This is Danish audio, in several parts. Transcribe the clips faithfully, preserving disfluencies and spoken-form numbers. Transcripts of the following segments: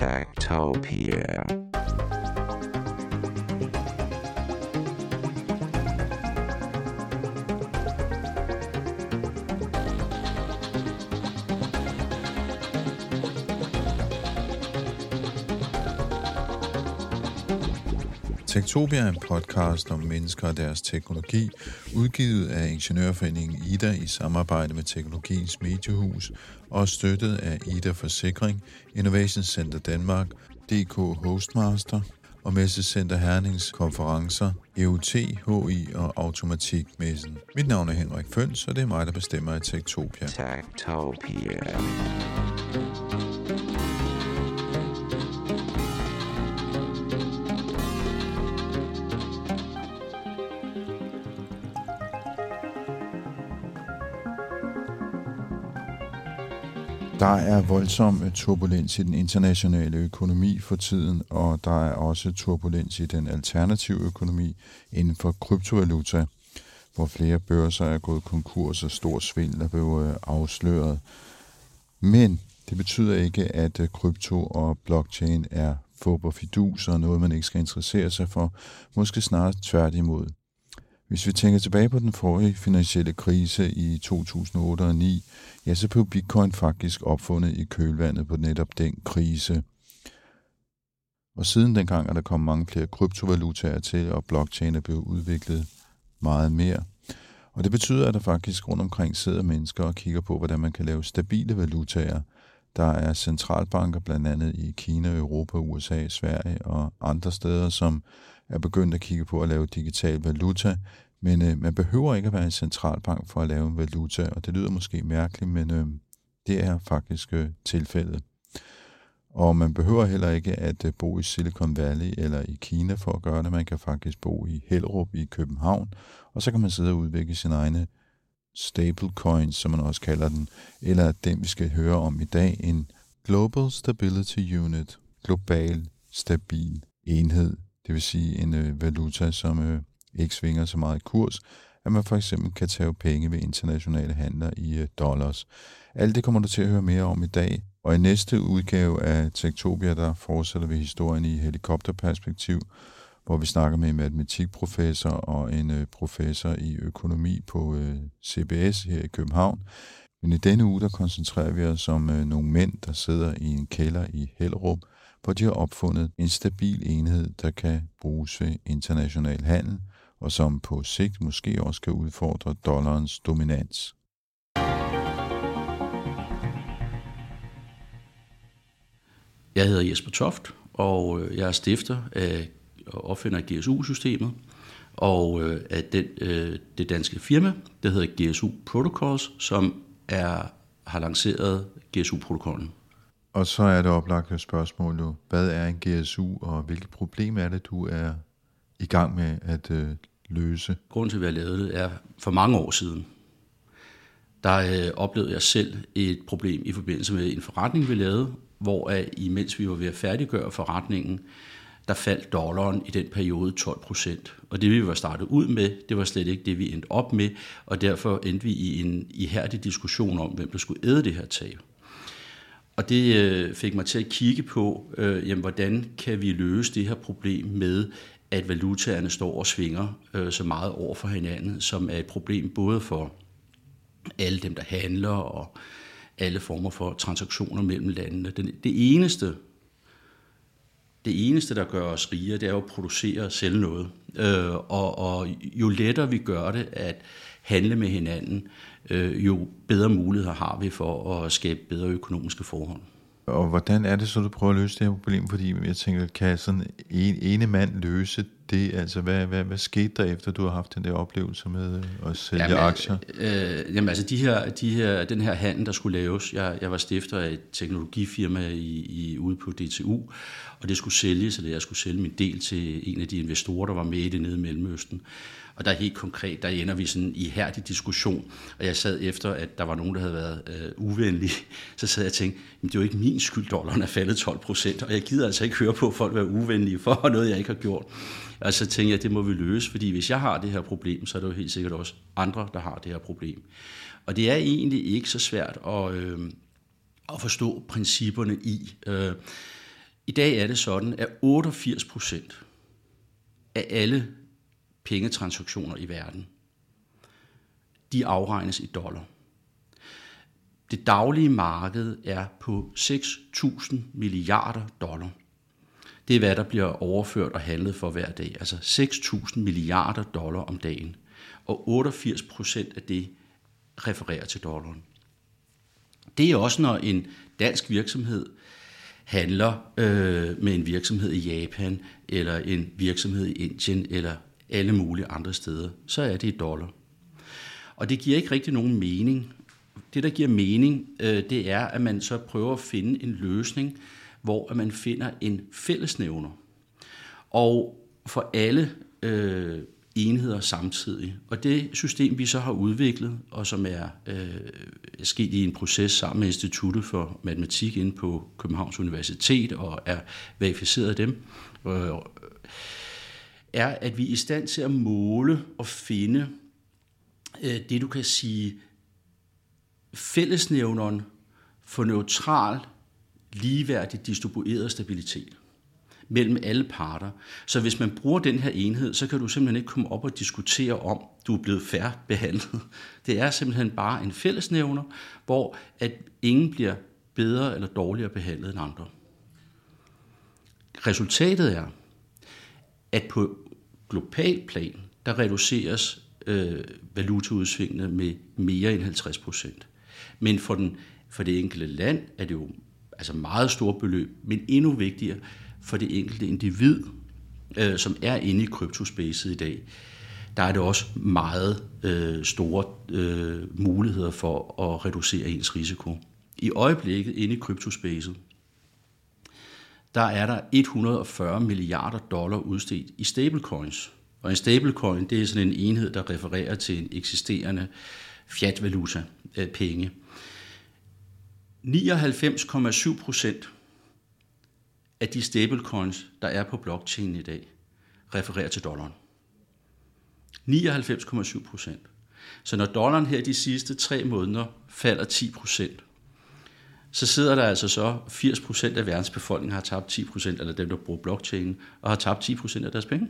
Techtopia. Techtopia er en podcast om mennesker og deres teknologi, udgivet af Ingeniørforeningen Ida i samarbejde med Teknologiens Mediehus og støttet af Ida Forsikring, Innovation Center Danmark, D K Hostmaster og Messecenter Hernings konferencer, E U T, H I og Automatikmessen. Mit navn er Henrik Føns, og det er mig, der bestemmer i Techtopia. Techtopia. Der er voldsom turbulens i den internationale økonomi for tiden, og der er også turbulens i den alternative økonomi inden for kryptovaluta, hvor flere børser er gået konkurs og stor svindel er blevet afsløret. Men det betyder ikke, at krypto og blockchain er fup og fidus og noget, man ikke skal interessere sig for. Måske snarere tværtimod. Hvis vi tænker tilbage på den forrige finansielle krise i to tusind og otte og to tusind og ni, ja, så blev Bitcoin faktisk opfundet i kølvandet på netop den krise. Og siden dengang er der kommet mange flere kryptovalutaer til, og blockchain er blevet udviklet meget mere. Og det betyder, at der faktisk rundt omkring sidder mennesker og kigger på, hvordan man kan lave stabile valutaer. Der er centralbanker blandt andet i Kina, Europa, U S A, Sverige og andre steder, som er begyndt at kigge på at lave digital valuta, men øh, man behøver ikke at være en centralbank for at lave en valuta, og det lyder måske mærkeligt, men øh, det er faktisk øh, tilfældet. Og man behøver heller ikke at øh, bo i Silicon Valley eller i Kina for at gøre det. Man kan faktisk bo i Hellerup i København, og så kan man sidde og udvikle sine egne stablecoins, som man også kalder den, eller den vi skal høre om i dag, en Global Stability Unit, global stabil enhed. Det vil sige en øh, valuta, som øh, ikke svinger så meget i kurs, at man for eksempel kan tage penge ved internationale handler i øh, dollars. Alt det kommer du til at høre mere om i dag, og i næste udgave af Techtopia, der fortsætter vi historien i helikopterperspektiv, hvor vi snakker med en matematikprofessor og en øh, professor i økonomi på øh, C B S her i København. Men i denne uge, der koncentrerer vi os om øh, nogle mænd, der sidder i en kælder i Hellerup, hvor de har opfundet en stabil enhed, der kan bruges ved international handel, og som på sigt måske også kan udfordre dollarens dominans. Jeg hedder Jesper Toft, og jeg er stifter af og opfinder af G S U-systemet, og af den, det danske firma, der hedder G S U Protocols, som er, har lanceret G S U-protokollen. Og så er det oplagte spørgsmål nu. Hvad er en G S U, og hvilke problem er det, du er i gang med at øh, løse? Grunden til, at vi har lavet det, er for mange år siden. Der øh, oplevede jeg selv et problem i forbindelse med en forretning, vi lavede, hvor at, imens vi var ved at færdiggøre forretningen, der faldt dollaren i den periode tolv procent. Og det, vi var startet ud med, det var slet ikke det, vi endte op med, og derfor endte vi i en ihærdig diskussion om, hvem der skulle æde det her tab. Og det øh, fik mig til at kigge på, øh, jamen, hvordan kan vi løse det her problem med, at valutaerne står og svinger øh, så meget over for hinanden, som er et problem både for alle dem, der handler, og alle former for transaktioner mellem landene. Det, det eneste, det eneste, der gør os rigere, det er jo at producere og sælge noget. Øh, og, og jo lettere vi gør det at handle med hinanden, øh, jo bedre muligheder har vi for at skabe bedre økonomiske forhold. Og hvordan er det så, du prøver at løse det her problem? Fordi jeg tænker, kan sådan en ene mand løse det? Altså, hvad, hvad, hvad skete der efter, du har haft den der oplevelse med at sælge jamen, aktier? Øh, jamen altså, de her, de her, den her handel, der skulle laves, jeg, jeg var stifter af et teknologifirma i, i, ude på D T U, og det skulle sælges, eller jeg skulle sælge min del til en af de investorer, der var med i det nede i Mellemøsten. Og der er helt konkret, der ender vi sådan i ihærdig diskussion, og jeg sad efter, at der var nogen, der havde været øh, uvenlige, så sad jeg og tænkte, jamen det er jo ikke min skyld, dollaren er faldet tolv procent, og jeg gider altså ikke høre på folk være uvenlige for noget, jeg ikke har gjort. Og så tænkte jeg, at det må vi løse, fordi hvis jeg har det her problem, så er det jo helt sikkert også andre, der har det her problem. Og det er egentlig ikke så svært at, øh, at forstå principperne i. Øh, I dag er det sådan, at otteogfirs procent af alle pengetransaktioner i verden, de afregnes i dollar. Det daglige marked er på seks tusind milliarder dollar. Det er, hvad der bliver overført og handlet for hver dag. Altså seks tusind milliarder dollar om dagen. Og otteogfirs procent af det refererer til dollaren. Det er også, når en dansk virksomhed handler øh, med en virksomhed i Japan, eller en virksomhed i Indien, eller alle mulige andre steder, så er det i dollar. Og det giver ikke rigtig nogen mening. Det, der giver mening, øh, det er, at man så prøver at finde en løsning, hvor at man finder en fællesnævner. Og for alle øh, enheder samtidig. Og det system, vi så har udviklet, og som er øh, sket i en proces sammen med Instituttet for Matematik inde på Københavns Universitet, og er verificeret af dem, øh, er, at vi er i stand til at måle og finde øh, det, du kan sige, fællesnævneren for neutral, ligeværdig distribueret stabilitet mellem alle parter. Så hvis man bruger den her enhed, så kan du simpelthen ikke komme op og diskutere om, du er blevet fair behandlet. Det er simpelthen bare en fællesnævner, hvor at ingen bliver bedre eller dårligere behandlet end andre. Resultatet er, at på global plan, der reduceres øh, valutaudsvingene med mere end halvtreds procent. Men for, den, for det enkelte land er det jo altså meget store beløb, men endnu vigtigere for det enkelte individ, øh, som er inde i kryptospacet i dag. Der er det også meget øh, store øh, muligheder for at reducere ens risiko. I øjeblikket inde i kryptospacet, der er der et hundrede og fyrre milliarder dollar udstedt i stablecoins. Og en stablecoin, det er sådan en enhed, der refererer til en eksisterende fiat-valuta, øh, penge. nioghalvfems komma syv procent af de stablecoins, der er på blockchain i dag, refererer til dollaren. nioghalvfems komma syv procent. Så når dollaren her de sidste tre måneder falder ti procent, så sidder der altså så firs procent af verdens befolkning har tabt ti procent, eller dem, der bruger blockchain, og har tabt ti procent af deres penge.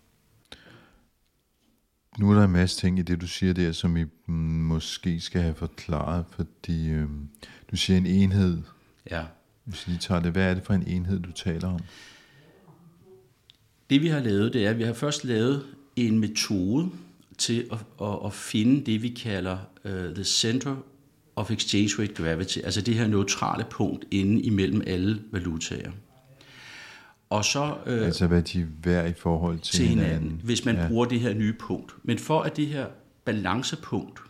Nu er der en masse ting i det, du siger der, som I måske skal have forklaret, fordi øh, du siger en enhed. Ja. Hvis I tager det, hvad er det for en enhed, du taler om? Det vi har lavet, det er, at vi har først lavet en metode til at, at, at finde det, vi kalder uh, the center of exchange rate gravity, altså det her neutrale punkt inde imellem alle valutaer. Og så, øh, altså hvad de hver i forhold til, til hinanden, hinanden, hvis man ja. bruger det her nye punkt. Men for at det her balancepunkt,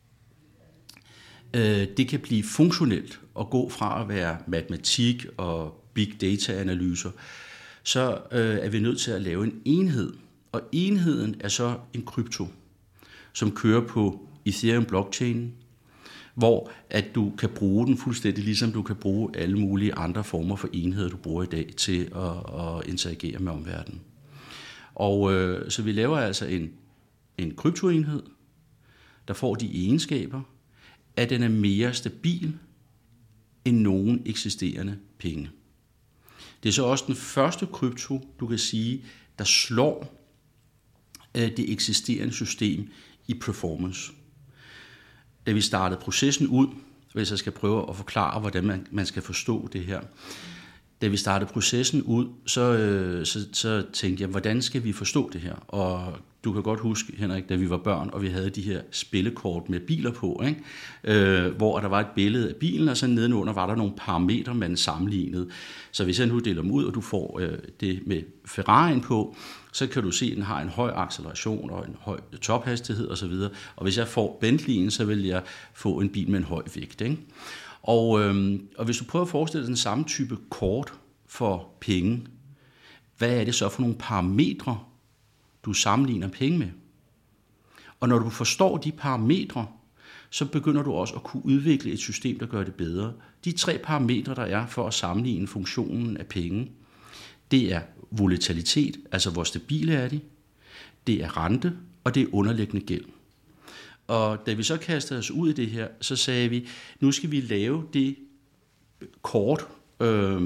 øh, det kan blive funktionelt og gå fra at være matematik og big data-analyser, så øh, er vi nødt til at lave en enhed. Og enheden er så en krypto, som kører på Ethereum blockchain, hvor at du kan bruge den fuldstændig ligesom du kan bruge alle mulige andre former for enheder, du bruger i dag til at, at interagere med omverdenen. Og øh, så vi laver altså en, en kryptoenhed, der får de egenskaber, at den er mere stabil end nogen eksisterende penge. Det er så også den første krypto, du kan sige, der slår øh, det eksisterende system i performance. Da vi startede processen ud, hvis jeg skal prøve at forklare, hvordan man, man skal forstå det her. Da vi startede processen ud, så, øh, så, så tænkte jeg, hvordan skal vi forstå det her? Og du kan godt huske, Henrik, da vi var børn, og vi havde de her spillekort med biler på, ikke? Øh, hvor der var et billede af bilen, og så nedenunder var der nogle parametre, man sammenlignede. Så hvis jeg nu deler dem ud, og du får øh, det med Ferrari'en på, så kan du se, at den har en høj acceleration og en høj tophastighed osv. Og hvis jeg får Bentley'en, så vil jeg få en bil med en høj vægt, ikke? Og, øhm, og hvis du prøver at forestille dig den samme type kort for penge, hvad er det så for nogle parametre, du sammenligner penge med? Og når du forstår de parametre, så begynder du også at kunne udvikle et system, der gør det bedre. De tre parametre, der er for at sammenligne funktionen af penge, det er volatilitet, altså hvor stabile er de, det er rente, og det er underliggende gæld. Og da vi så kastede os ud i det her, så sagde vi, nu skal vi lave det kort, øh,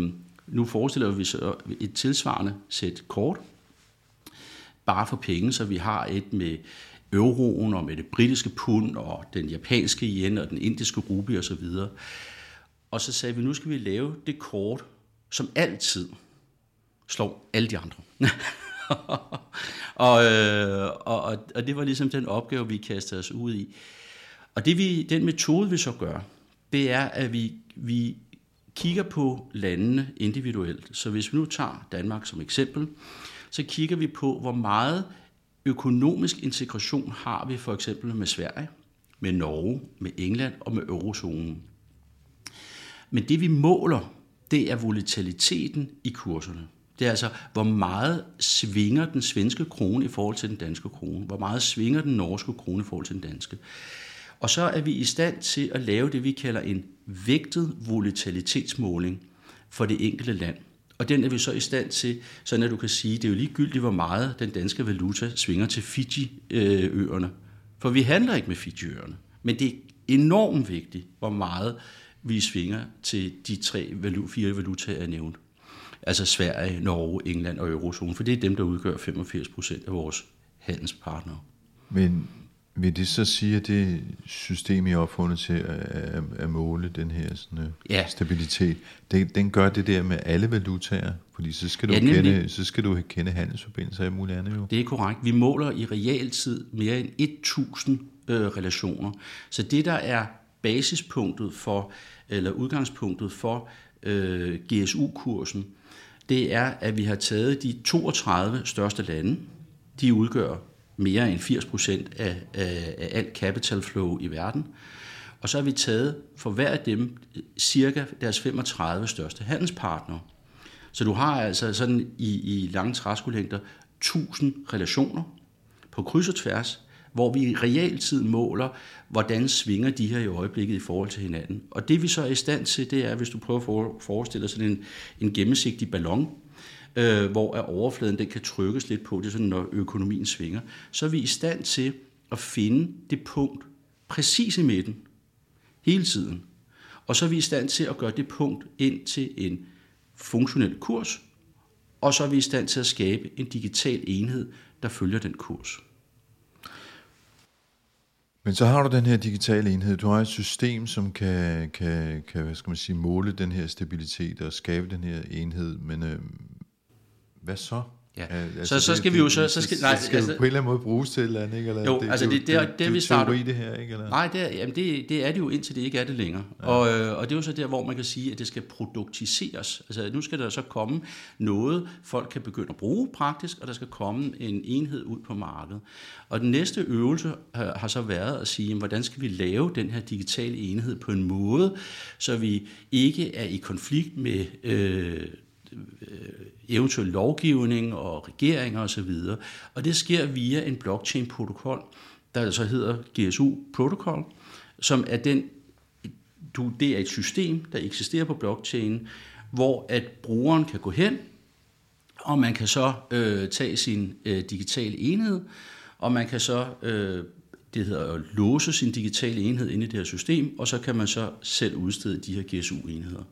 Nu forestiller vi så et tilsvarende sæt kort, bare for penge, så vi har et med euroen og med det britiske pund og den japanske yen og den indiske rupee og så videre. Og så sagde vi, nu skal vi lave det kort, som altid slår alle de andre. og, øh, og, og det var ligesom den opgave, vi kastede os ud i. Og det vi, den metode, vi så gør, det er, at vi, vi kigger på landene individuelt. Så hvis vi nu tager Danmark som eksempel, så kigger vi på, hvor meget økonomisk integration har vi for eksempel med Sverige, med Norge, med England og med eurozonen. Men det vi måler, det er volatiliteten i kurserne. Det er altså, hvor meget svinger den svenske krone i forhold til den danske krone, hvor meget svinger den norske krone i forhold til den danske. Og så er vi i stand til at lave det, vi kalder en vægtet volatilitetsmåling for det enkelte land. Og den er vi så i stand til, sådan at du kan sige, det er jo ligegyldigt, hvor meget den danske valuta svinger til Fiji-øerne. For vi handler ikke med Fiji-øerne. Men det er enormt vigtigt, hvor meget vi svinger til de tre, fire valutaer, jeg nævnte. Altså Sverige, Norge, England og eurozonen, for det er dem, der udgør femogfirs procent af vores handelspartnere. Men vil det så sige, at det system, I har opfundet til at, at måle den her sådan, ja. stabilitet, det, den gør det der med alle valutaer? Fordi så skal du, ja, kende, så skal du kende handelsforbindelser og muligt andet jo. Det er korrekt. Vi måler i realtid mere end tusind øh, relationer. Så det, der er basispunktet for, eller udgangspunktet for øh, G S U-kursen, det er, at vi har taget de toogtredive største lande. De udgør mere end firs procent af, af, af alt capital flow i verden. Og så har vi taget for hver af dem cirka deres femogtredive største handelspartnere. Så du har altså sådan i, i lange træskolængder tusind relationer på kryds og tværs, hvor vi i realtid måler, hvordan svinger de her i øjeblikket i forhold til hinanden. Og det vi så er i stand til, det er, hvis du prøver at forestille dig sådan en, en gennemsigtig ballon, øh, hvor overfladen den kan trykkes lidt på, det er sådan, når økonomien svinger, så er vi i stand til at finde det punkt præcis i midten, hele tiden. Og så er vi i stand til at gøre det punkt ind til en funktionel kurs, og så er vi i stand til at skabe en digital enhed, der følger den kurs. Men så har du den her digitale enhed. Du har et system, som kan, kan, kan hvad skal man sige, måle den her stabilitet og skabe den her enhed. Men øh, hvad så? Ja. Altså, så, så skal det, vi jo så, det, så skal, nej, nej, skal altså, på en eller anden måde bruges til et eller andet, ikke? Eller jo, det, altså det, det, det, det, det, det vi starter. Det, det her, ikke? Eller? Nej, det er, jamen det, det er det jo indtil det ikke er det længere. Ja. Og, og det er jo så der, hvor man kan sige, at det skal produktiseres. Altså nu skal der så komme noget, folk kan begynde at bruge praktisk, og der skal komme en enhed ud på markedet. Og den næste øvelse har, har så været at sige, jamen, hvordan skal vi lave den her digitale enhed på en måde, så vi ikke er i konflikt med øh, eventuel lovgivning og regeringer osv. Og det sker via en blockchain-protokol, der så hedder G S U-protokol, som er den, du, det er et system, der eksisterer på blockchain, hvor at brugeren kan gå hen, og man kan så øh, tage sin øh, digitale enhed, og man kan så øh, det hedder at låse sin digitale enhed inde i det her system, og så kan man så selv udstede de her G S U-enheder.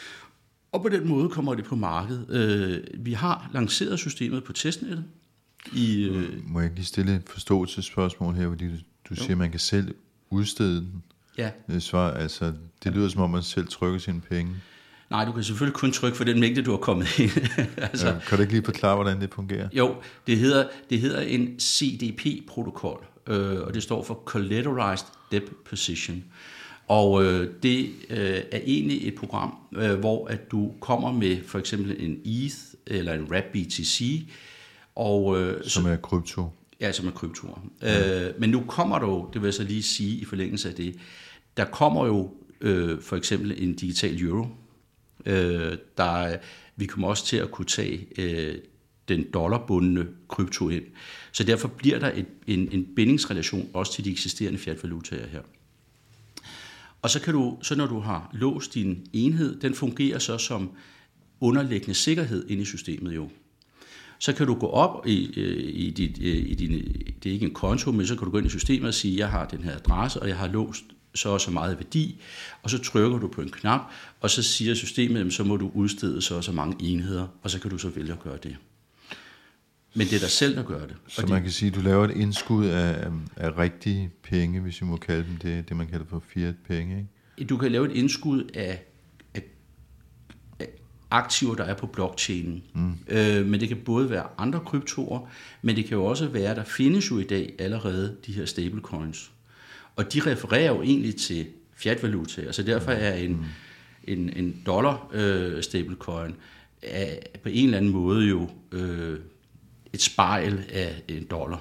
Og på den måde kommer det på markedet. Øh, vi har lanceret systemet på testnettet. I, øh, Må jeg lige stille et forståelsesspørgsmål her, fordi du, du siger, at man kan selv udstede den? Ja. Det, svar, altså, det lyder som om, man selv trykker sine penge. Nej, du kan selvfølgelig kun trykke for den mængde, du har kommet ind. altså, ja, kan du ikke lige forklare, hvordan det fungerer? Jo, det hedder, det hedder en C D P-protokol, øh, og det står for Collateralized Debt Position. Og øh, det øh, er egentlig et program, øh, hvor at du kommer med for eksempel en E T H eller en wrap B T C. Og, øh, som så, er krypto. Ja, som er kryptoer. Ja. Øh, men nu kommer der jo, det vil jeg så lige sige i forlængelse af det, der kommer jo øh, for eksempel en digital euro. Øh, der, vi kommer også til at kunne tage øh, den dollarbundne krypto ind. Så derfor bliver der et, en, en bindingsrelation også til de eksisterende fiat-valutaer her. Og så kan du, så når du har låst din enhed, den fungerer så som underliggende sikkerhed inde i systemet jo. Så kan du gå op i, i, dit, i din, det er ikke en konto, men så kan du gå ind i systemet og sige, jeg har den her adresse, og jeg har låst så og så meget værdi, og så trykker du på en knap, og så siger systemet, så må du udstede så og så mange enheder, og så kan du så vælge at gøre det. Men det er dig selv, der gør det. Så man kan sige, at du laver et indskud af, af rigtige penge, hvis vi må kalde dem det, det man kalder for fiat-penge, ikke? Du kan lave et indskud af, af, af aktiver, der er på blockchainen. Mm. Øh, men det kan både være andre kryptoer, men det kan jo også være, der findes jo i dag allerede de her stablecoins. Og de refererer jo egentlig til fiat-valuta. Altså derfor er en, mm. en, en dollar øh, stablecoin er på en eller anden måde jo øh, et spejl af en dollar.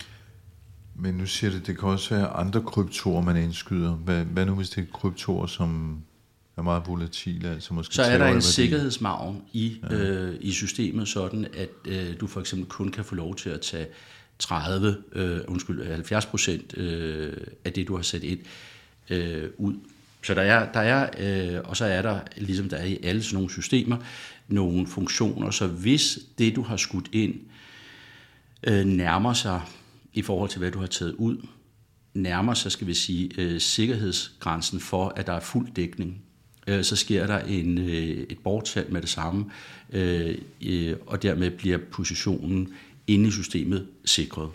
Men nu siger det, det kan også være andre kryptoer, man indskyder. Hvad, hvad nu hvis det er kryptoer, som er meget volatile? Altså måske så er der en sikkerhedsmargen i, ja. øh, i systemet, sådan at øh, du for eksempel kun kan få lov til at tage tredive, øh, undskyld, halvfjerds procent øh, af det, du har sat ind øh, ud. Så der er, der er øh, og så er der, ligesom der er i alle sådan nogle systemer, nogle funktioner, så hvis det, du har skudt ind, øh, nærmer sig i forhold til, hvad du har taget ud, nærmer sig, skal vi sige, øh, sikkerhedsgrænsen for, at der er fuld dækning, øh, så sker der en, øh, et bortfald med det samme, øh, øh, og dermed bliver positionen inde i systemet sikret.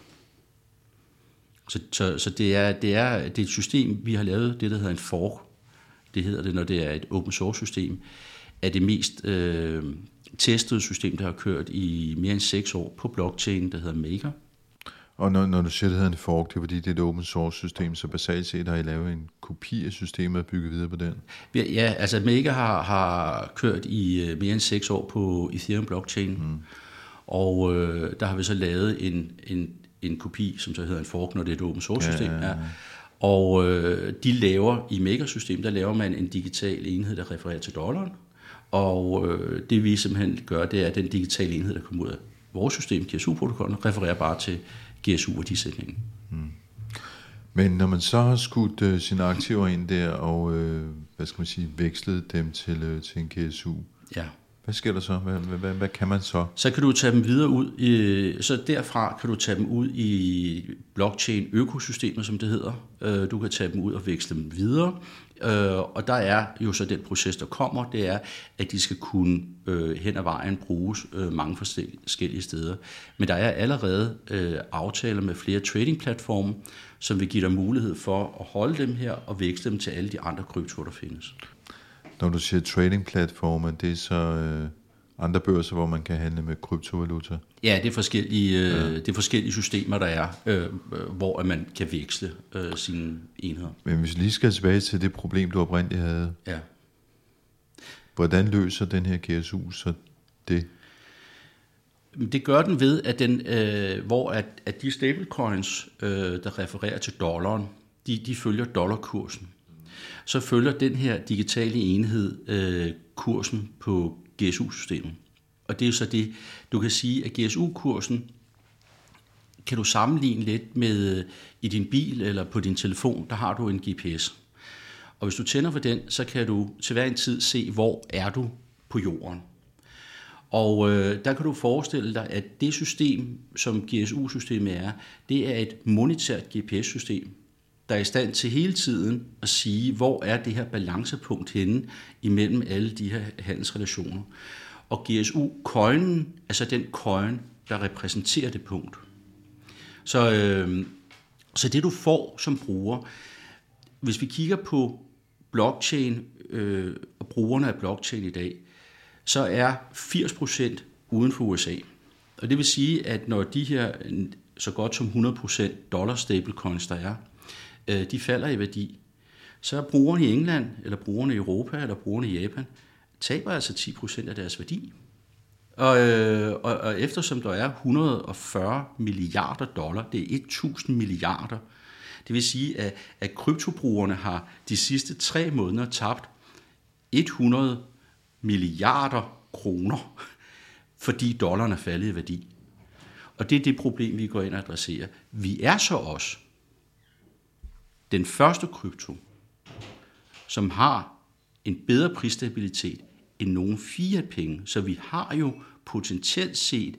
Så, så, så det, er, det, er, det er et system, vi har lavet, det der hedder en fork, det hedder det, når det er et open source system, er det mest øh, testede system, der har kørt i mere end seks år på blockchain, der hedder Maker. Og når, når du siger, det hedder en fork, det er fordi, det er et open source system, så basalt set har I lavet en kopi af systemet og bygget videre på den? Ja, altså Maker har, har kørt i mere end seks år på Ethereum blockchain, mm. og øh, der har vi så lavet en, en, en kopi, som så hedder en fork, når det er et open source system. Ja, ja, ja. Og øh, de laver, i Maker-system, der laver man en digital enhed, der refererer til dollaren, og øh, det vi simpelthen gør, det er, at den digitale enhed, der kommer ud af vores system, G S U-protokollen, refererer bare til G S U-værdisætningen. Hmm. Men når man så har skudt øh, sine aktiver ind der, og øh, hvad skal man sige, vekslet dem til, øh, til en G S U, ja. Hvad sker der så? Hvad, hvad, hvad kan man så? Så kan du tage dem videre ud, i, så derfra kan du tage dem ud i blockchain-økosystemet, som det hedder. Du kan tage dem ud og veksle dem videre. Og der er jo så den proces, der kommer, det er, at de skal kunne hen ad vejen bruges mange forskellige steder. Men der er allerede aftaler med flere trading-platforme, som vil give dig mulighed for at holde dem her og veksle dem til alle de andre kryptoer, der findes. Når du siger trading-platformer, det er så øh, andre børser, hvor man kan handle med kryptovaluta? Ja, det er forskellige, øh, ja. det er forskellige systemer, der er, øh, hvor man kan veksle øh, sine enheder. Men hvis vi lige skal tilbage til det problem, du oprindeligt havde, ja. Hvordan løser den her G S U så det? Det gør den ved, at den, øh, hvor at, at de stablecoins, øh, der refererer til dollaren, de, de følger dollarkursen. Så følger den her digitale enhed øh, kursen på G S U-systemet. Og det er så det, du kan sige, at G S U-kursen kan du sammenligne lidt med i din bil eller på din telefon, der har du en G P S. Og hvis du tænder for den, så kan du til hver en tid se, hvor er du på jorden. Og øh, der kan du forestille dig, at det system, som G S U-systemet er, det er et monetært G P S-system, der er i stand til hele tiden at sige, hvor er det her balancepunkt henne imellem alle de her handelsrelationer. Og G S U-coinen er så den coin, der repræsenterer det punkt. Så, øh, så det du får som bruger, hvis vi kigger på blockchain øh, og brugerne af blockchain i dag, så er firs procent uden for U S A. Og det vil sige, at når de her så godt som hundrede procent dollar stablecoins, der er, de falder i værdi, så er brugerne i England, eller brugerne i Europa, eller brugerne i Japan, taber altså ti procent af deres værdi. Og, øh, og, og eftersom der er et hundrede og fyrre milliarder dollar, det er tusind milliarder, det vil sige, at, at kryptobrugerne har de sidste tre måneder tabt hundrede milliarder kroner, fordi dollaren er faldet i værdi. Og det er det problem, vi går ind og adresserer. Vi er så også den første krypto, som har en bedre prisstabilitet end nogle fiat-penge. Så vi har jo potentielt set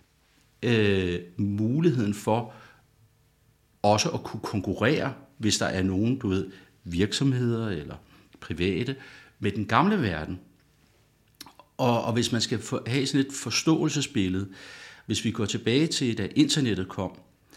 øh, muligheden for også at kunne konkurrere, hvis der er nogen, du ved, virksomheder eller private med den gamle verden. Og, og hvis man skal for, have sådan et forståelsesbillede, hvis vi går tilbage til, da internettet kom,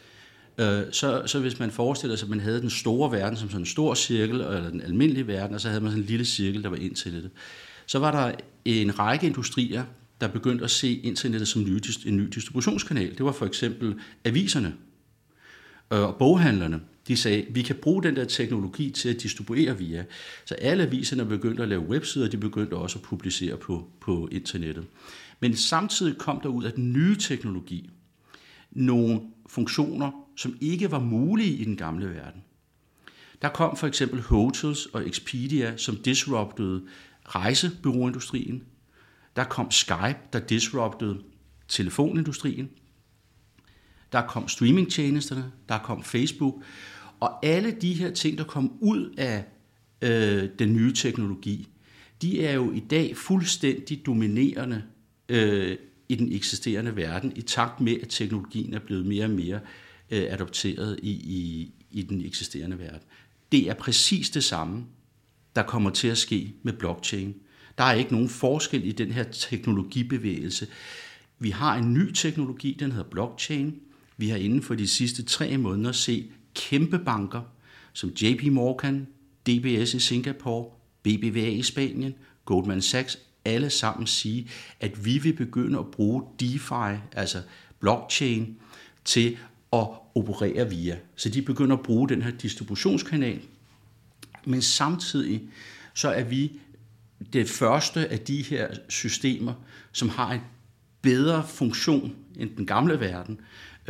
øh, så, så hvis man forestiller sig, at man havde den store verden som sådan en stor cirkel, eller den almindelige verden, og så havde man sådan en lille cirkel, der var internettet, så var der en række industrier, der begyndte at se internettet som ny, en ny distributionskanal. Det var for eksempel aviserne og boghandlerne. De sagde, vi kan bruge den der teknologi til at distribuere via. Så alle aviserne begyndte at lave websider, de begyndte også at publicere på, på internettet. Men samtidig kom der ud af den nye teknologi nogle funktioner, som ikke var mulige i den gamle verden. Der kom for eksempel Hotels og Expedia, som disruptede rejsebureauindustrien. Der kom Skype, der disruptede telefonindustrien. Der kom streamingtjenesterne, der kom Facebook. Og alle de her ting, der kom ud af øh, den nye teknologi, de er jo i dag fuldstændig dominerende øh, i den eksisterende verden, i takt med, at teknologien er blevet mere og mere øh, adopteret i, i, i den eksisterende verden. Det er præcis det samme, der kommer til at ske med blockchain. Der er ikke nogen forskel i den her teknologibevægelse. Vi har en ny teknologi, den hedder blockchain. Vi har inden for de sidste tre måneder set kæmpe banker, som J P Morgan, D B S i Singapore, B B V A i Spanien, Goldman Sachs, alle sammen sige, at vi vil begynde at bruge DeFi, altså blockchain, til at operere via. Så de begynder at bruge den her distributionskanal. Men samtidig så er vi det første af de her systemer, som har en bedre funktion end den gamle verden,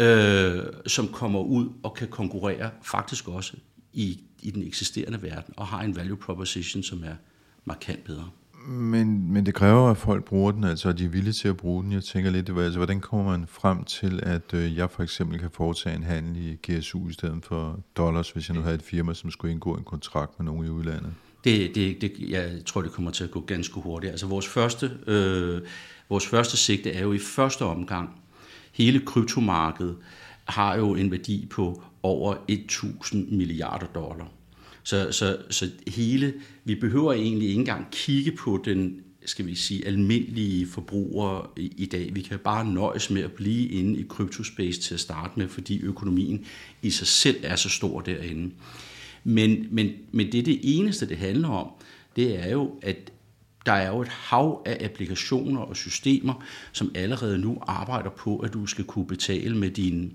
øh, som kommer ud og kan konkurrere faktisk også i, i den eksisterende verden, og har en value proposition, som er markant bedre. Men, men det kræver, at folk bruger den, altså at de er villige til at bruge den. Jeg tænker lidt, altså, hvordan kommer man frem til, at øh, jeg for eksempel kan foretage en handel i G S U i stedet for dollars, hvis jeg nu havde et firma, som skulle indgå en kontrakt med nogen i udlandet? Det, det, det, jeg tror, det kommer til at gå ganske hurtigt. Altså vores første, øh, vores første sigte er jo i første omgang, hele kryptomarkedet har jo en værdi på over tusind milliarder dollar. Så, så, så hele, vi behøver egentlig ikke engang kigge på den, skal vi sige, almindelige forbrugere i, i dag. Vi kan bare nøjes med at blive inde i kryptospace til at starte med, fordi økonomien i sig selv er så stor derinde. Men, men, men det er det eneste, det handler om, det er jo, at der er jo et hav af applikationer og systemer, som allerede nu arbejder på, at du skal kunne betale med dine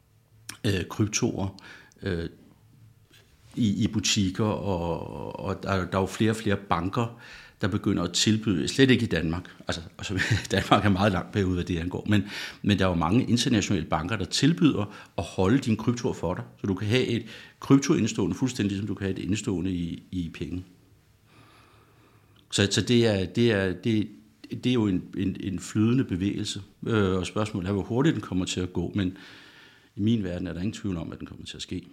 øh, kryptoer øh, i, i butikker, og, og der, der er jo flere og flere banker, der begynder at tilbyde, slet ikke i Danmark, altså, altså Danmark er meget langt bagud, hvad det angår, men, men der er jo mange internationale banker, der tilbyder at holde dine kryptoer for dig, så du kan have et kryptoindstående fuldstændig, som du kan have et indstående i, i penge. Så, så det, er, det, er, det, det er jo en, en, en flydende bevægelse, øh, og spørgsmålet er, hvor hurtigt den kommer til at gå, men i min verden er der ingen tvivl om, at den kommer til at ske.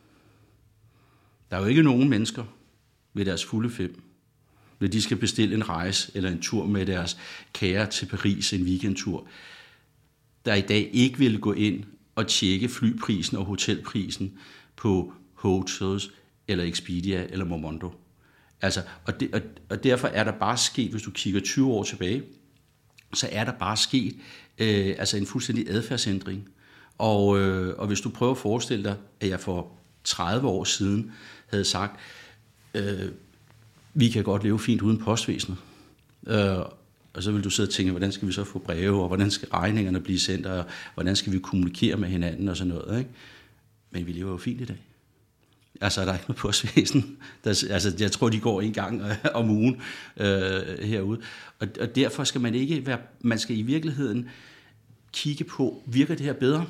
Der er jo ikke nogen mennesker ved deres fulde fem, når de skal bestille en rejse eller en tur med deres kære til Paris, en weekendtur, der i dag ikke vil gå ind og tjekke flyprisen og hotelprisen på Hotels eller Expedia eller Momondo. Altså, og, det, og, og derfor er der bare sket, hvis du kigger tyve år tilbage, så er der bare sket øh, altså en fuldstændig adfærdsændring. Og, øh, og hvis du prøver at forestille dig, at jeg for tredive år siden havde sagt, øh, vi kan godt leve fint uden postvæsenet. Øh, og så vil du sidde og tænke, hvordan skal vi så få breve, og hvordan skal regningerne blive sendt, og hvordan skal vi kommunikere med hinanden og sådan noget. Ikke? Men vi lever jo fint i dag. Altså er der ikke noget postvæsen. Der, altså, jeg tror, de går en gang om ugen øh, herude. Og, og derfor skal man ikke være, man skal i virkeligheden kigge på, virker det her bedre?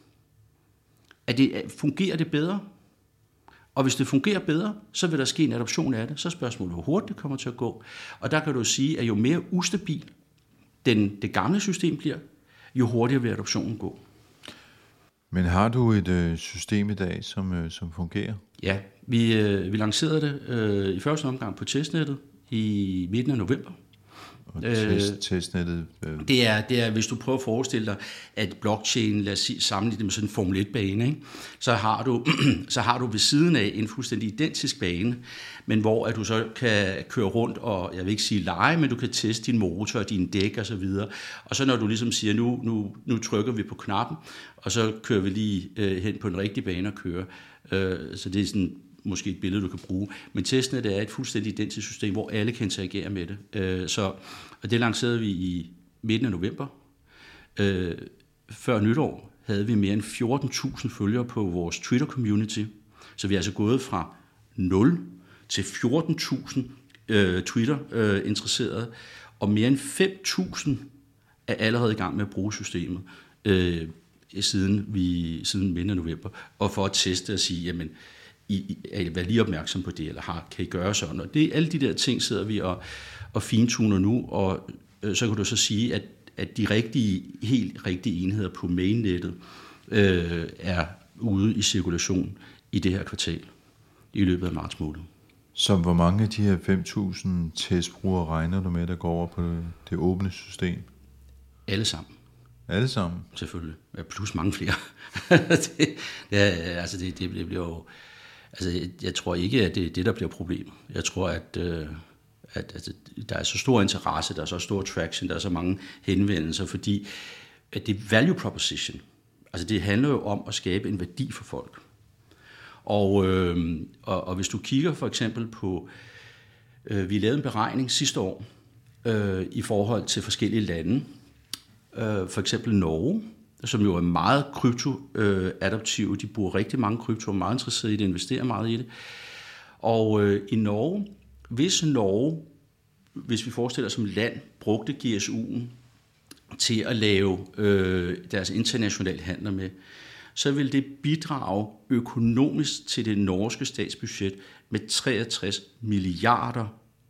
Er det, fungerer det bedre? Og hvis det fungerer bedre, så vil der ske en adoption af det. Så er spørgsmålet, hvor hurtigt det kommer til at gå. Og der kan du sige, at jo mere ustabil den, det gamle system bliver, jo hurtigere vil adoptionen gå. Men har du et øh, system i dag, som, øh, som fungerer? Ja, vi, øh, vi lancerede det øh, i første omgang på testnettet i midten af november. Og test, testnettet? Øh. Det, er, det er, hvis du prøver at forestille dig, at blockchain, lad os sige, sammenligne det med sådan en Formel et-bane, ikke? Så, har du, så har du ved siden af en fuldstændig identisk bane, men hvor at du så kan køre rundt og, jeg vil ikke sige lege, men du kan teste din motor, dine dæk og så videre. Og så når du ligesom siger, nu, nu, nu trykker vi på knappen, og så kører vi lige øh, hen på en rigtig bane og kører. Øh, så det er sådan måske et billede, du kan bruge. Men testnet er et fuldstændig identisk system, hvor alle kan interagere med det. Øh, så, og det lancerede vi i midten af november. Øh, før nytår havde vi mere end fjorten tusind følgere på vores Twitter-community. Så vi er altså gået fra nul til fjorten tusind øh, Twitter-interesserede, øh, og mere end fem tusind er allerede i gang med at bruge systemet, øh, siden, vi, siden midten af november. Og for at teste og sige, jamen, I, I, vær lige opmærksom på det, eller har, kan I gøre sådan? Og det, alle de der ting sidder vi og, og fintuner nu, og øh, så kan du så sige, at, at de rigtige, helt rigtige enheder på mainnettet øh, er ude i cirkulation i det her kvartal, i løbet af marts måned. Så hvor mange af de her fem tusind testbrugere regner du med, der går over på det, det åbne system? Alle sammen. Alle sammen? Selvfølgelig. Plus mange flere. det, det, er, altså det, det bliver jo... Altså, jeg tror ikke, at det er det, der bliver problemet. Jeg tror, at, øh, at, at der er så stor interesse, der er så stor traction, der er så mange henvendelser, fordi at det er value proposition. Altså, det handler jo om at skabe en værdi for folk. Og, øh, og, og hvis du kigger for eksempel på, øh, vi lavede en beregning sidste år øh, i forhold til forskellige lande, øh, for eksempel Norge, som jo er meget krypto-adaptive. De bruger rigtig mange krypto, er meget interesserede i det, investerer meget i det. Og øh, i Norge, hvis Norge, hvis vi forestiller os som land, brugte G S U'en til at lave øh, deres internationale handler med, så vil det bidrage økonomisk til det norske statsbudget med treogtres milliarder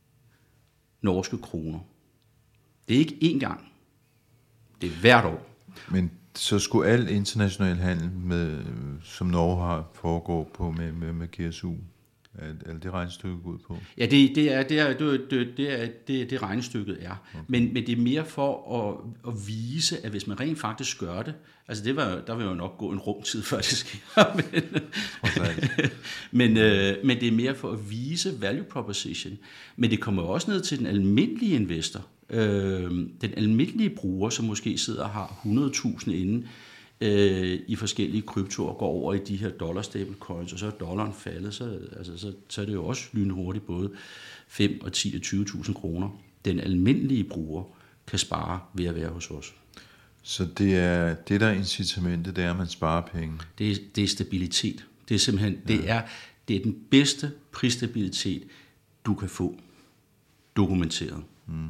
norske kroner. Det er ikke én gang. Det er hvert år. Men så skulle al international handel, med, som Norge har, foregå på med, med, med G S U? Er det regnestykket ud på? Ja, det, det er det, er, det, det, er, det, det regnestykket er. Okay. Men, men det er mere for at, at vise, at hvis man rent faktisk gør det, altså det var, der vil jo nok gå en rumtid, før det sker, men, men, øh, men det er mere for at vise value proposition. Men det kommer også ned til den almindelige investor, øh, den almindelige bruger, som måske sidder og har hundrede tusind inde øh, i forskellige kryptoer og går over i de her dollar stablecoins, og så er dollaren faldet, så, altså, så, så er det jo også lynhurtigt både fem og ti og tyve tusind kroner. Den almindelige bruger kan spare ved at være hos os. Så det er det, der er incitamentet, det er, at man sparer penge? Det er, det er stabilitet. Det er simpelthen, ja. det, er, det er den bedste prisstabilitet, du kan få dokumenteret. Mm.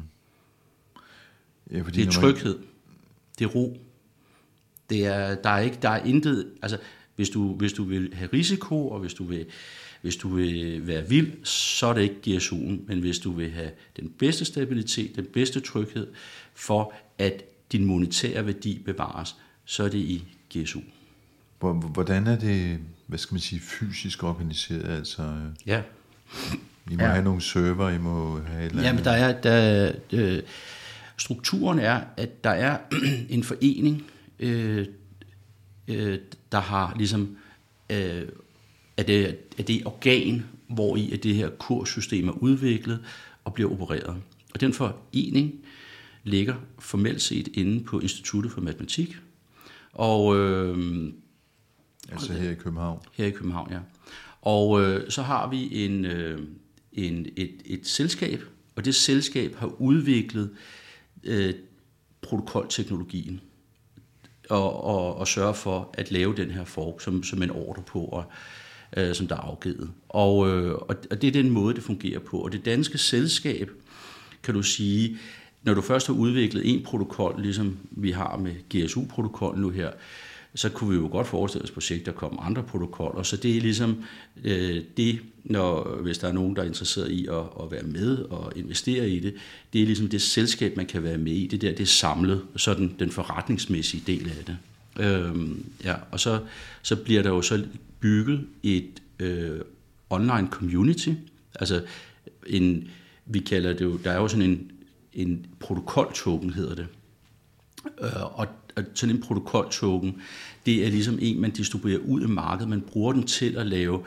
Ja, fordi det er tryghed. Man... Det er ro. Det er, der er ikke, der er intet, altså hvis du, hvis du vil have risiko, og hvis du vil, hvis du vil være vild, så er det ikke G S U'en, men hvis du vil have den bedste stabilitet, den bedste tryghed, for at din monetære værdi bevares, så er det i G S U. Hvordan er det, hvad skal man sige, fysisk organiseret? Altså, ja. I må ja. have nogle server, I må have et eller andet. Ja, men der er, der, øh, strukturen er, at der er en forening, øh, øh, der har ligesom, øh, at det, at det er organ, hvor i at det her kurssystem er udviklet og bliver opereret. Og den forening ligger formelt set inde på Instituttet for Matematik. Og, øh, altså her i København? Her i København, ja. Og øh, så har vi en, øh, en, et, et selskab, og det selskab har udviklet øh, protokolteknologien og, og, og sørger for at lave den her fork, som, som en ordre på, og, øh, som der er afgivet. Og, øh, og det er den måde, det fungerer på. Og det danske selskab, kan du sige, når du først har udviklet en protokol, ligesom vi har med G S U-protokollen nu her, så kunne vi jo godt forestille os på sigt, der kommer andre protokoller. Så det er ligesom øh, det, når, hvis der er nogen, der er interesseret i at, at være med og investere i det, det er ligesom det selskab, man kan være med i. Det der, det er samlet, sådan den forretningsmæssige del af det. Øhm, ja, og så, så bliver der jo så bygget et øh, online community. Altså, en, vi kalder det jo, der er jo sådan en en protokoltoken, hedder det. Øh, og, og sådan en protokoltoken, det er ligesom en, man distribuerer ud i markedet. Man bruger den til at lave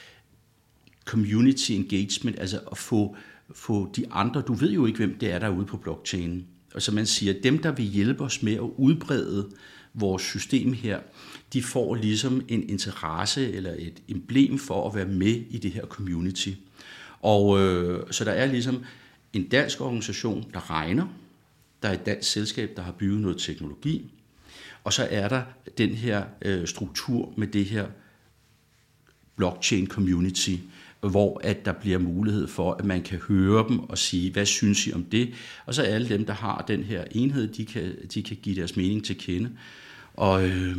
community engagement, altså at få, få de andre, du ved jo ikke, hvem det er, der er ude på blockchainen. Og så man siger, at dem, der vil hjælpe os med at udbrede vores system her, de får ligesom en interesse eller et emblem for at være med i det her community. Og øh, så der er ligesom en dansk organisation, der regner, der er et dansk selskab, der har bygget noget teknologi, og så er der den her øh, struktur med det her blockchain community, hvor at der bliver mulighed for, at man kan høre dem og sige, hvad synes I om det? Og så alle dem, der har den her enhed, de kan, de kan give deres mening til kende, og, øh,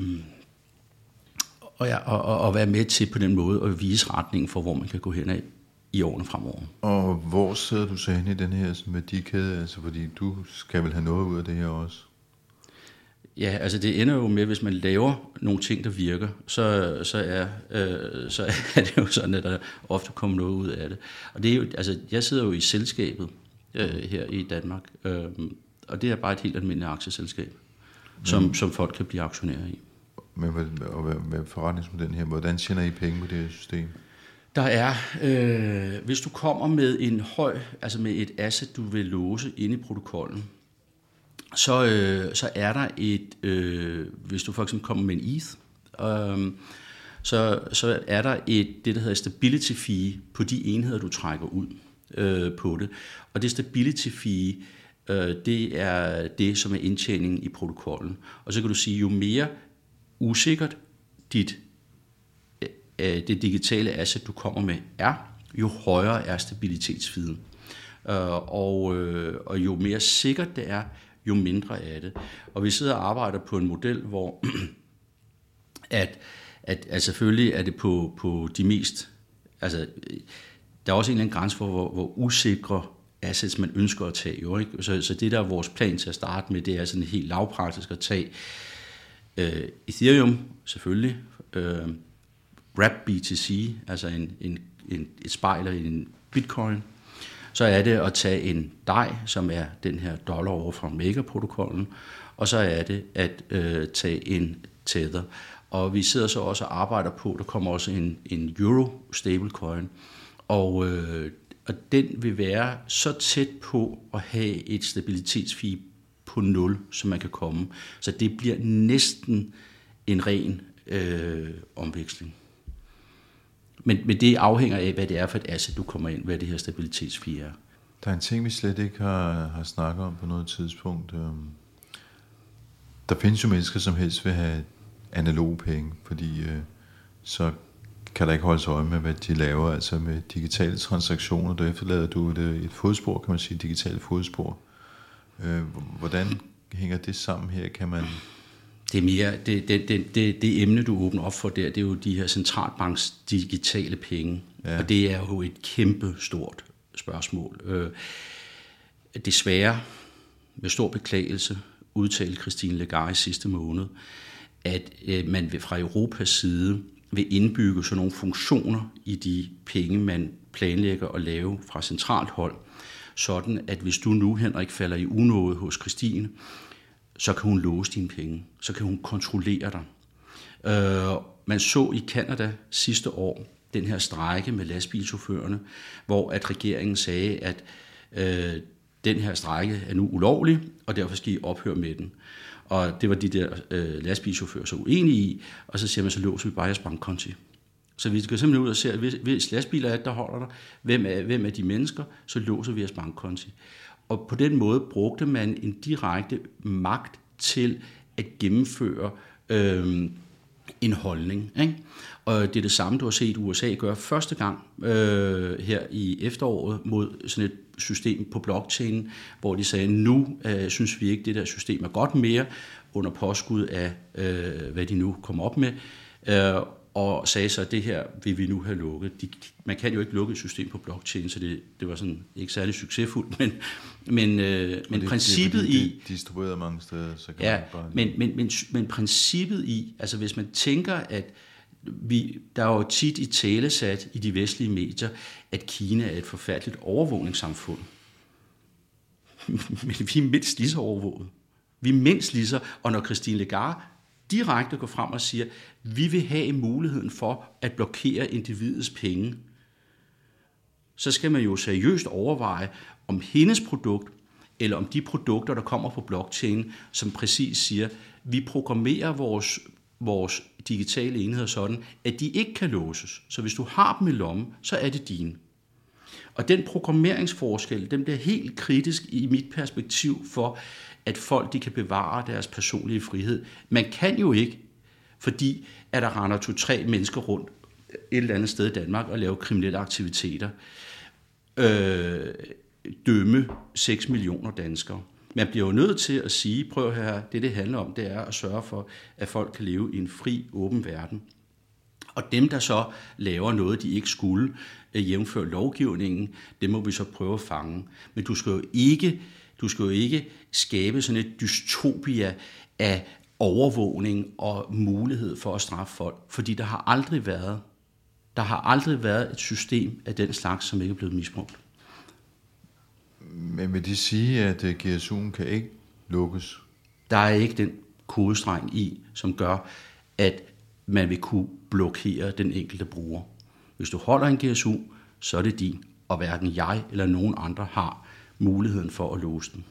og, ja, og, og være med til på den måde at vise retningen for, hvor man kan gå hen af i årene fremover. Og hvor sidder du så hen i den her værdikæde? Altså, fordi du skal vel have noget ud af det her også? Ja, altså det ender jo med, hvis man laver nogle ting, der virker, så, så, er, øh, så er det jo sådan, at der ofte kommer noget ud af det. Og det er jo, altså, jeg sidder jo i selskabet øh, her i Danmark, øh, og det er bare et helt almindeligt aktieselskab, som, mm. som folk kan blive aktionærer i. Men hvad, og hvad, hvad forretningsmodellen her? Hvordan tjener I penge på det her system? Der er, øh, hvis du kommer med en høj, altså med et asset, du vil låse inde i protokollen, så, øh, så er der et, øh, hvis du for eksempel kommer med en E T H, øh, så, så er der et, det der hedder stability fee på de enheder, du trækker ud øh, på det. Og det stability fee, øh, det er det, som er indtjeningen i protokollen. Og så kan du sige, jo mere usikkert dit det digitale asset, du kommer med, er, jo højere er stabilitetsfiden. Og, og jo mere sikkert det er, jo mindre er det. Og vi sidder og arbejder på en model, hvor at, at, at selvfølgelig er det på, på de mest, altså der er også en eller anden grænse for, hvor, hvor usikre assets man ønsker at tage. Jo, ikke? Så, så det der er vores plan til at starte med, det er sådan helt lavpraktisk at tage uh, Ethereum, selvfølgelig, uh, Wrap B T C, altså en, en, en, et spejl af en bitcoin. Så er det at tage en D A I, som er den her dollar over fra Maker-protokollen, og så er det at øh, tage en Tether. Og vi sidder så også og arbejder på, der kommer også en, en euro stablecoin, og, øh, og den vil være så tæt på at have et stabilitetsfee på nul, som man kan komme. Så det bliver næsten en ren øh, omveksling. Men, men det afhænger af, hvad det er for et asset, du kommer ind, hvad det her stabilitetsfee er. Der er en ting, vi slet ikke har, har snakket om på noget tidspunkt. Der findes jo mennesker, som helst vil have analoge penge, fordi øh, så kan der ikke holdes øje med, hvad de laver. Altså med digitale transaktioner, der efterlader du et, et fodspor, kan man sige, et digitalt fodspor. Øh, hvordan hænger det sammen her? Kan man... Det er mere, det, det, det, det, det emne, du åbner op for der, det er jo de her centralbanks digitale penge. Ja. Og det er jo et kæmpe stort spørgsmål. Øh, desværre, med stor beklagelse, udtalte Christine Lagarde i sidste måned, at øh, man vil fra Europas side vil indbygge sådan nogle funktioner i de penge, man planlægger at lave fra centralt hold, sådan at hvis du nu, Henrik, falder i unåde hos Christine, så kan hun låse dine penge, så kan hun kontrollere dig. Øh, man så i Canada sidste år den her strejke med lastbilchaufførerne, hvor at regeringen sagde, at øh, den her strejke er nu ulovlig, og derfor skal I ophøre med den. Og det var de der øh, lastbilchauffører så uenige i, og så siger man, så låser vi bare jeres bankkonti. Så vi skal simpelthen ud og se, at hvis, hvis lastbiler er, der holder der, hvem er, hvem er de mennesker, så låser vi jeres bankkonti. Og på den måde brugte man en direkte magt til at gennemføre øh, en holdning. Ikke? Og det er det samme, du har set U S A gøre første gang øh, her i efteråret mod sådan et system på blockchain, hvor de sagde, nu øh, synes vi ikke, det der system er godt mere, under påskud af, øh, hvad de nu kom op med, øh, og sagde så, at det her vil vi nu have lukket. De, man kan jo ikke lukke et system på blockchain, så det, det var sådan ikke særlig succesfuldt, men, men, øh, men det, princippet det, i... Det distribueret mange steder, så kan ja, man bare... Men, men, men, men princippet i, altså hvis man tænker, at vi, der er jo tit i talesat i de vestlige medier, at Kina er et forfærdeligt overvågningssamfund. men vi er mindst lige så overvåget. Vi er mindst lige så, og når Christine Lagarde direkte går frem og siger, vi vil have muligheden for at blokere individets penge, så skal man jo seriøst overveje, om hendes produkt, eller om de produkter, der kommer på blockchain, som præcis siger, vi programmerer vores, vores digitale enheder sådan, at de ikke kan låses. Så hvis du har dem i lommen, så er det dine. Og den programmeringsforskel, den bliver helt kritisk i mit perspektiv for, at folk de kan bevare deres personlige frihed. Man kan jo ikke, fordi at der render to-tre mennesker rundt et eller andet sted i Danmark og laver kriminelle aktiviteter, øh, dømme seks millioner danskere. Man bliver jo nødt til at sige, prøv her, det det handler om, det er at sørge for, at folk kan leve i en fri, åben verden. Og dem, der så laver noget, de ikke skulle, jævnfør lovgivningen, det må vi så prøve at fange. Men du skal jo ikke, du skal jo ikke skabe sådan et dystopia af overvågning og mulighed for at straffe folk, fordi der har aldrig været, der har aldrig været et system af den slags, som ikke er blevet misbrugt. Men vil de sige, at G S U'en kan ikke lukkes? Der er ikke den kodestreng i, som gør, at man vil kunne blokere den enkelte bruger. Hvis du holder en G S U, så er det din, og hverken jeg eller nogen andre har muligheden for at låse den.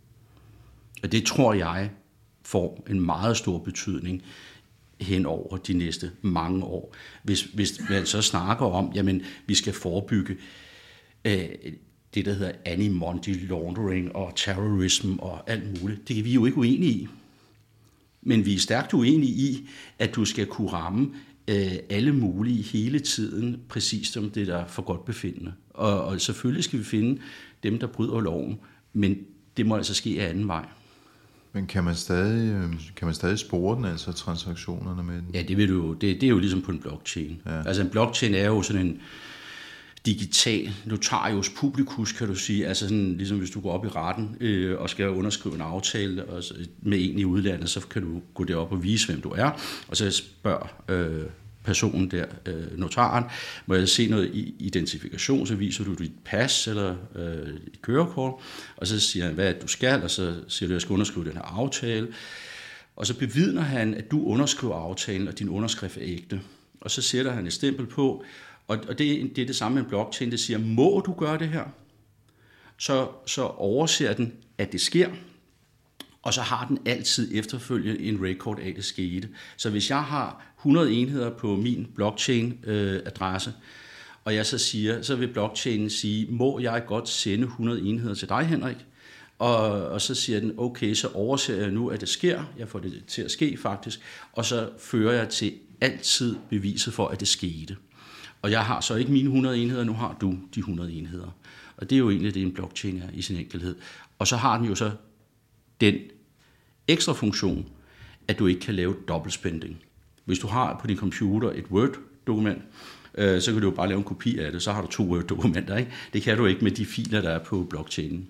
Og det tror jeg får en meget stor betydning hen over de næste mange år. Hvis, hvis man så snakker om, jamen vi skal forebygge øh, det, der hedder anti-money laundering og terrorism og alt muligt, det er vi jo ikke uenige i. Men vi er stærkt uenige i, at du skal kunne ramme øh, alle mulige hele tiden, præcis som det der for godt befindende. Og, og selvfølgelig skal vi finde dem, der bryder loven, men det må altså ske af anden vej. Men kan man stadig, kan man stadig spore den, altså transaktionerne med den? Ja, det, vil du, det, det er jo ligesom på en blockchain. Ja. Altså en blockchain er jo sådan en digital notarius publicus, kan du sige, altså sådan, ligesom hvis du går op i retten øh, og skal underskrive en aftale og, med en i udlandet, så kan du gå derop og vise, hvem du er, og så spørger øh, personen der, øh, notaren, må jeg se noget identifikation, så viser du dit pas eller øh, dit kørekort, og så siger han, hvad du skal, og så siger du, at jeg skal underskrive den her aftale, og så bevidner han, at du underskriver aftalen, og din underskrift er ægte, og så sætter han et stempel på, og det, det er det samme med en blockchain, det siger, må du gøre det her? Så, så overser den, at det sker, og så har den altid efterfølgende en record af, det skete. Så hvis jeg har hundrede enheder på min blockchain-adresse, øh, og jeg så siger, så vil blockchainen sige, må jeg godt sende hundrede enheder til dig, Henrik? Og, og så siger den, okay, så overser jeg nu, at det sker, jeg får det til at ske faktisk, og så fører jeg til altid beviset for, at det skete. Og jeg har så ikke mine hundrede enheder, nu har du de hundrede enheder. Og det er jo egentlig det, en blockchain er i sin enkelhed. Og så har den jo så den ekstra funktion, at du ikke kan lave dobbeltspending. Hvis du har på din computer et Word-dokument, øh, så kan du jo bare lave en kopi af det, så har du to Word-dokumenter, ikke? Det kan du ikke med de filer, der er på blockchainen.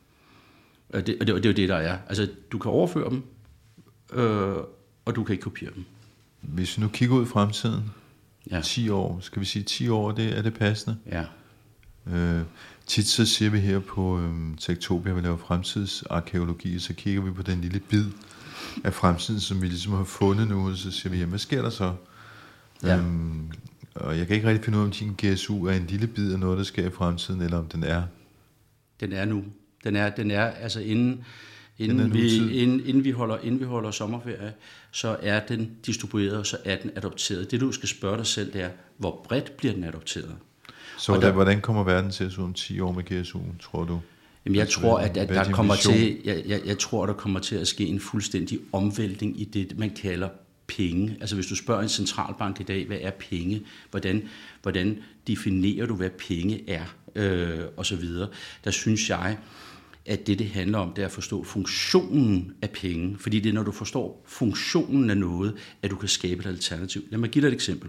Og det, og det, og det er jo det, der er. Altså, du kan overføre dem, øh, og du kan ikke kopiere dem. Hvis vi nu kigger ud i fremtiden, ja. ti år, skal vi sige ti år, det, er det passende? Ja. Øh, tit så siger vi her på øh, Techtopia, vi laver fremtidsarkæologi, så kigger vi på den lille bid af fremtiden, som vi ligesom har fundet nu, og så siger vi, jamen, hvad sker der så? Ja. Øhm, og jeg kan ikke rigtig finde ud af, om din G S U er en lille bid af noget, der sker i fremtiden, eller om den er. Den er nu. Den er, den er altså inden, inden, vi, inden, inden, vi holder, inden vi holder sommerferie, så er den distribueret, og så er den adopteret. Det du skal spørge dig selv, det er, hvor bredt bliver den adopteret? Så der, der, hvordan kommer verden til at se om ti år med G S U'en, tror du? Jamen jeg tror, at, at der kommer til, jeg, jeg, jeg tror, der kommer til at ske en fuldstændig omvæltning i det, man kalder penge. Altså hvis du spørger en centralbank i dag, hvad er penge? Hvordan, hvordan definerer du, hvad penge er? Øh, og så videre. Der synes jeg, at det, det handler om, det er at forstå funktionen af penge. Fordi det er, når du forstår funktionen af noget, at du kan skabe et alternativ. Lad mig give dig et eksempel.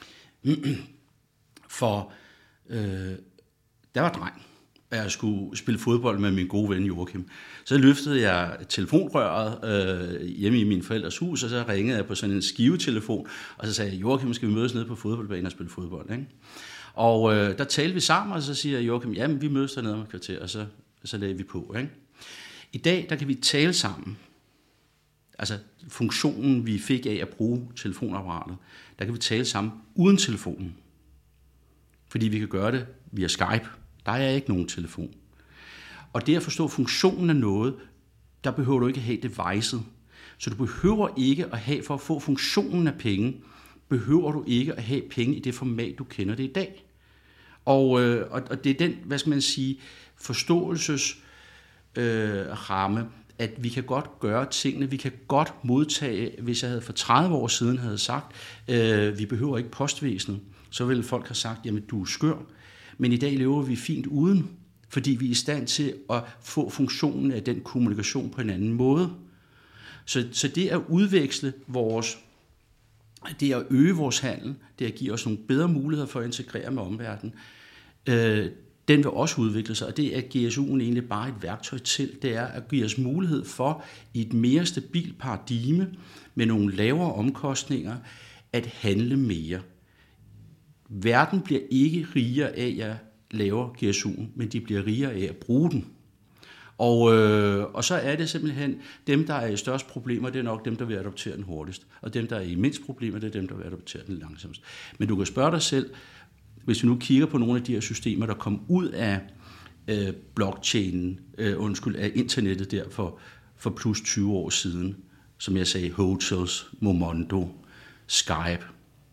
For øh, der var dreng, og jeg skulle spille fodbold med min gode ven Joachim. Så løftede jeg telefonrøret øh, hjemme i min forældres hus, og så ringede jeg på sådan en skivetelefon, og så sagde jeg, Joachim, skal vi mødes nede på fodboldbanen og spille fodbold, ikke? Og øh, der talte vi sammen, og så siger Joachim, jamen vi mødes dernede om et kvarter, og så, så lagde vi på, ikke? I dag, der kan vi tale sammen. Altså funktionen, vi fik af at bruge telefonapparatet, der kan vi tale sammen uden telefonen. Fordi vi kan gøre det via Skype. Der er ikke nogen telefon. Og det at forstå funktionen af noget, der behøver du ikke have devicet. Så du behøver ikke at have, for at få funktionen af penge, behøver du ikke at have penge i det format, du kender det i dag. Og, øh, og det er den, hvad skal man sige, forståelsesramme, øh, at vi kan godt gøre tingene, vi kan godt modtage, hvis jeg havde for tredive år siden havde sagt, øh, vi behøver ikke postvæsenet, så ville folk have sagt, jamen du er skør. Men i dag lever vi fint uden, fordi vi er i stand til at få funktionen af den kommunikation på en anden måde. Så, så det at udveksle vores, det at øge vores handel, det at give os nogle bedre muligheder for at integrere med omverdenen, øh, den vil også udvikle sig, og det er G S U'en egentlig bare et værktøj til. Det er at give os mulighed for i et mere stabilt paradigme med nogle lavere omkostninger at handle mere. Verden bliver ikke rigere af, at jeg laver G S U'en, men de bliver rigere af at bruge den. Og, øh, og så er det simpelthen dem, der er i størst problemer, det er nok dem, der vil adoptere den hurtigst. Og dem, der er i mindst problemer, det er dem, der vil adoptere den langsomst. Men du kan spørge dig selv, hvis vi nu kigger på nogle af de her systemer, der kom ud af øh, blockchainen, øh, undskyld, af internettet der for, for plus tyve år siden, som jeg sagde, Hotels, Momondo, Skype.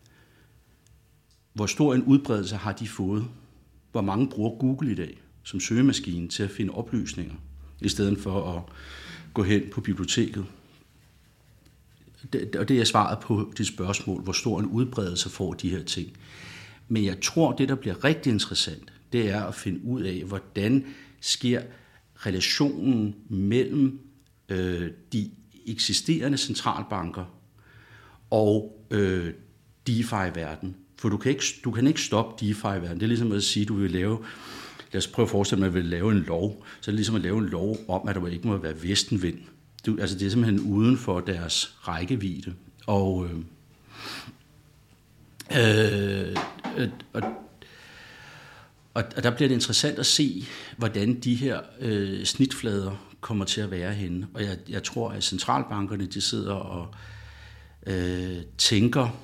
Hvor stor en udbredelse har de fået? Hvor mange bruger Google i dag som søgemaskine til at finde oplysninger, i stedet for at gå hen på biblioteket? Det, og det er svaret på dit spørgsmål, hvor stor en udbredelse får de her ting. Men jeg tror, det der bliver rigtig interessant, det er at finde ud af, hvordan sker relationen mellem øh, de eksisterende centralbanker og øh, DeFi-verden. For du kan ikke, du kan ikke stoppe DeFi-verden. Det er ligesom at sige, at du vil lave, lad os prøve at forestille mig, at man vil lave en lov. Så er det ligesom at lave en lov om, at der ikke må være vestenvind. Du, altså det er simpelthen uden for deres rækkevidde. Og, øh, øh, og, og, og der bliver det interessant at se, hvordan de her øh, snitflader kommer til at være henne. Og jeg, jeg tror, at centralbankerne de sidder og øh, tænker,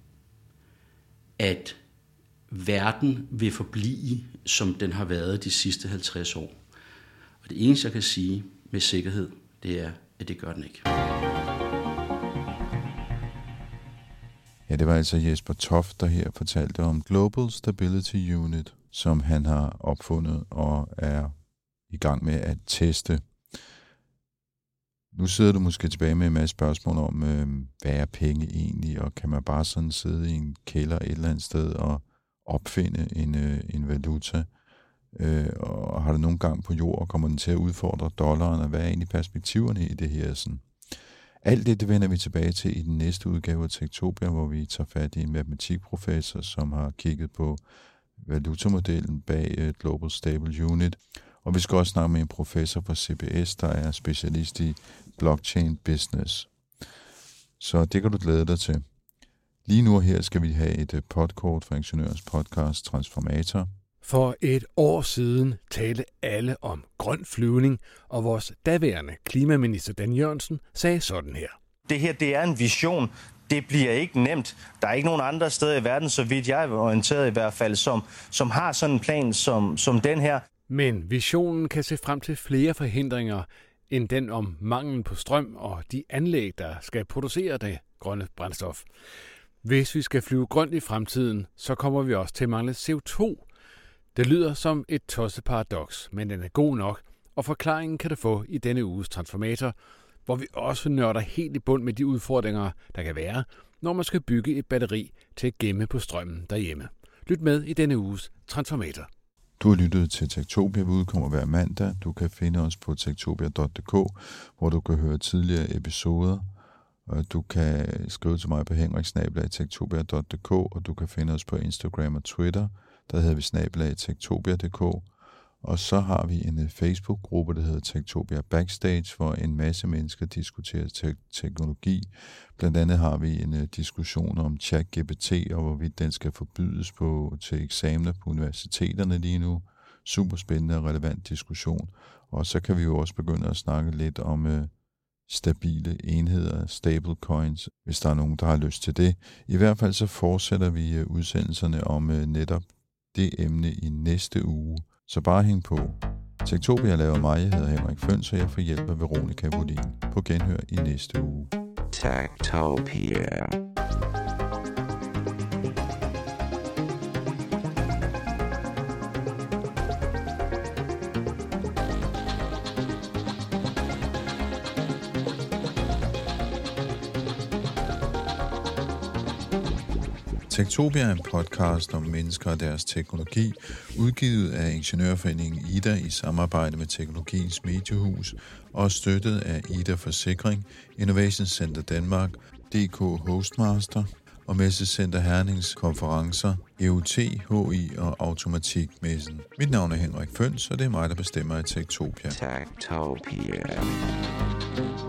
at verden vil forblive, som den har været de sidste halvtreds år. Og det eneste, jeg kan sige med sikkerhed, det er, at det gør den ikke. Ja, det var altså Jesper Toft, der her fortalte om Global Stability Unit, som han har opfundet og er i gang med at teste. Nu sidder du måske tilbage med en masse spørgsmål om, øh, hvad er penge egentlig, og kan man bare sådan sidde i en kælder et eller andet sted og opfinde en, øh, en valuta? Øh, og har det nogle gange på jord, og kommer den til at udfordre dollaren, og hvad er egentlig perspektiverne i det her? Sådan? Alt det, det vender vi tilbage til i den næste udgave af Techtopia, hvor vi tager fat i en matematikprofessor, som har kigget på valutamodellen bag uh, Global Stable Unit. Og vi skal også snakke med en professor fra C B S, der er specialist i blockchain business. Så det kan du glæde dig til. Lige nu her skal vi have et podkort fra Ingeniørens podcast Transformator. For et år siden talte alle om grøn flyvning, og vores daværende klimaminister Dan Jørgensen sagde sådan her. Det her, det er en vision. Det bliver ikke nemt. Der er ikke nogen andre steder i verden, så vidt jeg er orienteret i hvert fald, som, som har sådan en plan som, som den her. Men visionen kan se frem til flere forhindringer end den om manglen på strøm og de anlæg, der skal producere det grønne brændstof. Hvis vi skal flyve grønt i fremtiden, så kommer vi også til at mangle C O to. Det lyder som et tosset paradoks, men den er god nok, og forklaringen kan du få i denne uges Transformator, hvor vi også nørder helt i bund med de udfordringer, der kan være, når man skal bygge et batteri til at gemme på strømmen derhjemme. Lyt med i denne uges Transformator. Du har lyttet til Techtopia, vi udkommer hver mandag. Du kan finde os på techtopia punktum d k, hvor du kan høre tidligere episoder. Du kan skrive til mig på henrik snabel-a techtopia punktum d k, og du kan finde os på Instagram og Twitter. Der hedder vi snabel-a techtopia punktum d k. Og så har vi en Facebook-gruppe, der hedder Techtopia Backstage, hvor en masse mennesker diskuterer te- teknologi. Blandt andet har vi en uh, diskussion om ChatGPT, og hvorvidt den skal forbydes på, til eksamener på universiteterne lige nu. super spændende og relevant diskussion. Og så kan vi jo også begynde at snakke lidt om øh, stabile enheder, stablecoins, hvis der er nogen, der har lyst til det. I hvert fald så fortsætter vi øh, udsendelserne om øh, netop det emne i næste uge. Så bare hæng på. Techtopia laver mig, jeg hedder Henrik Føns, og jeg får hjælp af Veronica Wollin. På genhør i næste uge. Techtopia. Techtopia er en podcast om mennesker og deres teknologi, udgivet af Ingeniørforeningen Ida i samarbejde med Teknologiens Mediehus og støttet af Ida Forsikring, Innovation Center Danmark, D K Hostmaster og Messecenter Hernings konferencer, E U T, H I og Automatikmessen. Mit navn er Henrik Føns, og det er mig, der bestemmer i Techtopia. Techtopia.